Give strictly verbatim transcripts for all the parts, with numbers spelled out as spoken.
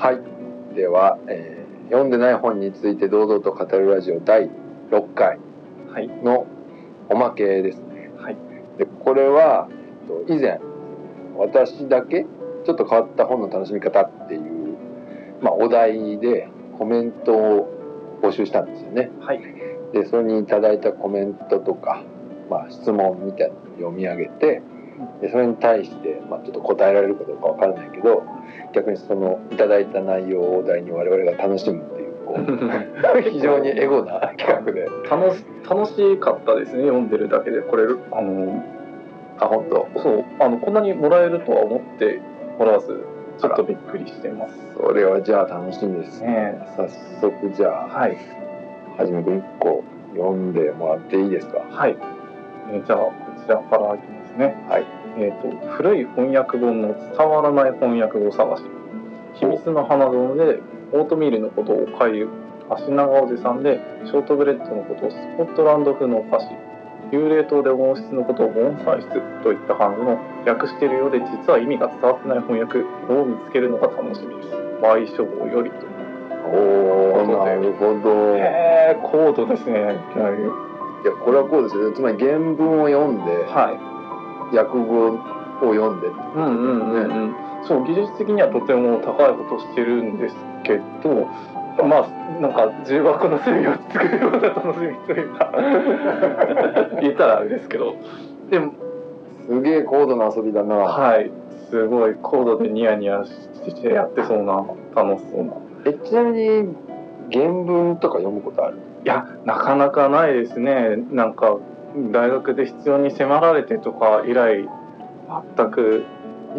はい、では、えー、読んでない本について堂々と語るラジオだいろっかいのおまけですね。はい、でこれは以前私だけちょっと変わった本の楽しみ方っていう、まあ、お題でコメントを募集したんですよね。はい、でそれにいただいたコメントとか、まあ、質問みたいなのを読み上げて、でそれに対して、まあ、ちょっと答えられるかどうかわからないけど、逆にそのいただいた内容をお題に我々が楽しむっていう、こう非常にエゴな企画で楽し楽しかったですね。読んでるだけでこれあのあ本当そうあのこんなにもらえるとは思ってもらわずちょっとびっくりしてます。 それはじゃあ楽しみですね。早速じゃあ、はい、はじめくんいっこ読んでもらっていいですか。 はい、えー、じゃあこちらからいきますね。はい、えーと古い翻訳本の伝わらない翻訳語探し、秘密の花園でオートミールのことを書いる足長おじさんで、ショートブレッドのことをスコットランド風のお菓子、幽霊島で温室のことを盆栽室といった感じの訳しているようで、実は意味が伝わってない翻訳を見つけるのが楽しみです。倍書房よりと。 おー、なるほど。 へー、高度ですね。いやこれはこうですよ。つまり原文を読んで、はい、訳語を読んでってことですね。うんうんうんうん、 そう技術的にはとても高いことしてるんですけど、まあなんか重箱の隅を作るような楽しみというか言ったらあれですけど、でもすげえ高度な遊びだな。 はい、すごい高度でニヤニヤしてやってそうな楽しそうな。 えちなみに原文とか読むことある？ いやなかなかないですね。なんか大学で必要に迫られてとか以来全く。うん。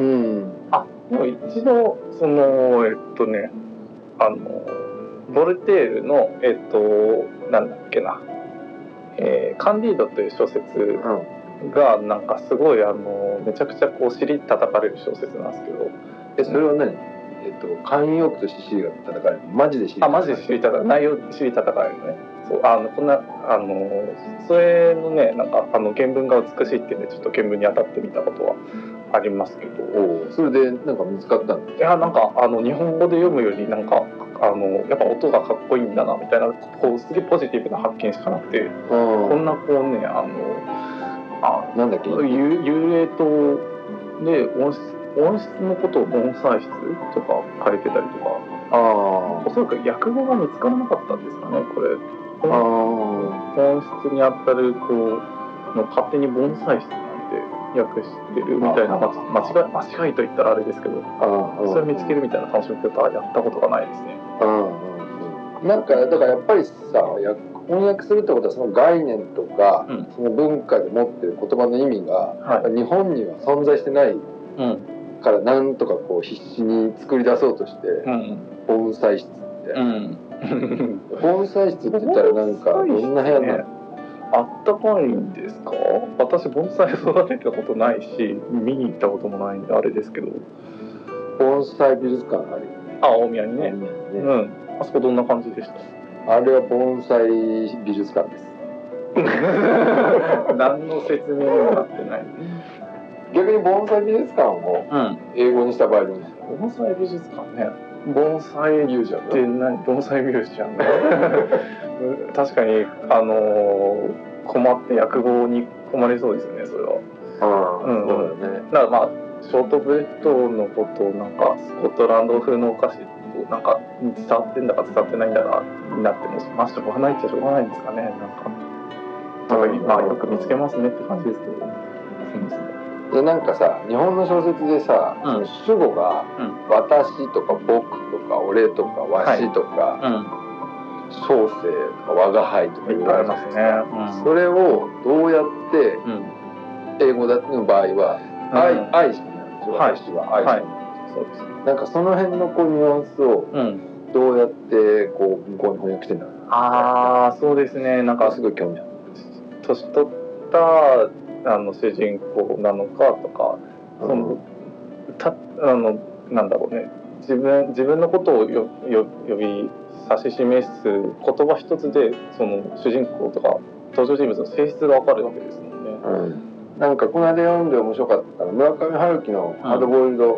あでも一度そのえっとねあのボルテールのえっとなんだっけな、えー、カンディードという小説がなんかすごいあのめちゃくちゃこう尻叩かれる小説なんですけど、 えそれは何？えっと慣用句として尻が叩かれる？マジで尻叩かれる？あマジで尻叩かれる。内容尻叩かれるね。そうあのこんなあのそれのねなんかあの原文が美しいっていうんでちょっと原文に当たってみたことはありますけど。 おそれでなんか見つかったんですか？ いやなんかあの日本語で読むよりなんかあのやっぱ音がかっこいいんだなみたいなこうすげえポジティブな発見しかなくて、こんなこうねあのあなんだっけ幽霊島で温室温室のことを盆栽室とか書いてたりとか、あおそらく訳語が見つからなかったんですかねこれ。あ温室にあたるこうの勝手に盆栽室訳してるみたいな間違い間違いと言ったらあれですけど、それを見つけるみたいな楽しみ方はやったことがないですね。 うん、なんかだからやっぱりさ翻訳するってことはその概念とか、うん、その文化で持ってる言葉の意味が、はい、日本には存在してない、うん、からなんとかこう必死に作り出そうとして、うん、盆栽室って、うん、盆栽室って言ったらなんかどんな部屋なの？ あったかいんですか？私盆栽育てたことないし見に行ったこともないんであれですけど。 盆栽美術館あるよね。 あ大宮にね。ねうん。あそこどんな感じでした？ あれは盆栽美術館です。 何の説明にもなってない。 逆に盆栽美術館を英語にした場合に、 うん、盆栽美術館ね。盆栽ミュージアムって何？盆栽ミュージアム確かにあのー、困って訳語に困りそうですよねそれは。ああ、うん、そうだよね。だからまあショートブレッドのことをなんかスコットランド風のお菓子となんか伝わってんだか伝わってないんだかになってもまあしょうがないっちゃしょうがないんですかね。なんか特にまあよく見つけますねって感じですけど。そうですね。 でなんかさ日本の小説でさ、うん、主語が、うん、私とか僕とか俺とかわしとか、はいうん、小生とか我が輩とか言われますね、うん、それをどうやって、うん、英語の場合は、うん、愛愛しかないんですよ、私は愛しかないんですよ、はい、そうですね。なんかその辺のこうニュアンスをどうやってこう向こうに翻訳してんだろう、ね、 ああそうですね。なんかすごい興味ある。 年取ったあの主人公なのかとか、そのたあのなんだろうね自分自分のことをよよ呼び指し示す言葉一つでその主人公とか登場人物の性質が分かるわけですもんね。 うん、なんかこの間読んで面白かったの村上春樹の「ハードボイルド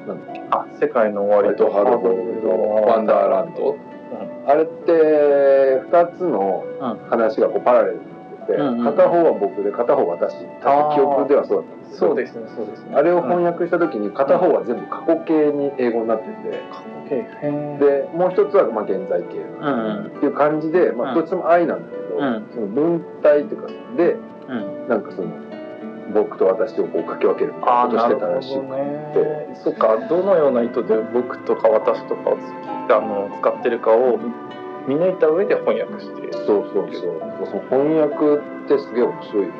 なんだっけ、 あ、世界の終わりとハードボイルドワンダーランド、あれってふたつの話がこうパラレルになってて、片方は僕で片方私、確か記憶ではそうだったんですけど、 そうですねそうですね、 あれを翻訳した時に片方は全部過去形に英語になってて、 過去形でもう一つはまあ現在形っていう感じで、まあどっちも愛なんだけど、その文体っていうかでなんかその僕と私をこう掛け分けるみたいなことしてたらしくて、 そっか、どのような意図で僕とか私とかをあの使ってるかを見抜いた上で翻訳して、 そうそうそう、その翻訳ってすげえ面白いよね。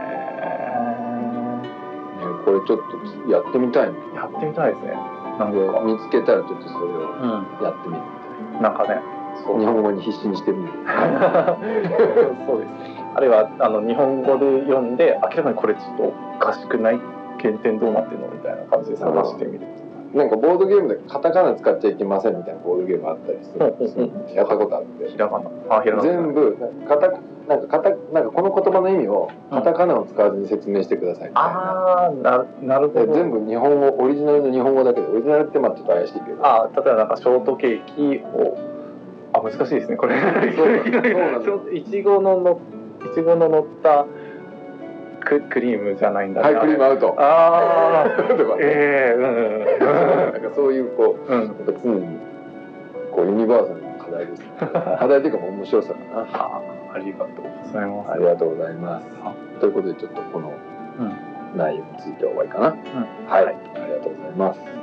これちょっとやってみたいね。 やってみたいですね。なんか見つけたらちょっとそれをやってみるみたいな。 なんかね、 日本語に必死にしてみる。 そうですね。あるいはあの日本語で読んで明らかにこれちょっとおかしくない、原点どうなってるのみたいな感じで探してみる。 なんかボードゲームでカタカナ使っちゃいけませんみたいなボードゲームあったりする。やったことあって。 ひらがな。あ、ひらがな。 全部カタなんかカタなんかこの言葉の意味をカタカナを使わずに説明してくださいみたいな。 ああ、ななるほど。 全部日本語オリジナルの日本語だけで、オリジナルってまあちょっと怪しいけど。 あ、例えばなんかショートケーキを、あ、難しいですねこれ。いちごののいちごの乗ったククリームじゃないんだ。 はい、クリームアウト。 ああ、ええ、うん。 なんかそういうこう、やっぱ常にこうユニバーサルな課題です。課題というか面白さかな。 ありがとうございます。 ありがとうございます。ということでちょっとこの内容については終わりかな。はい、ありがとうございます。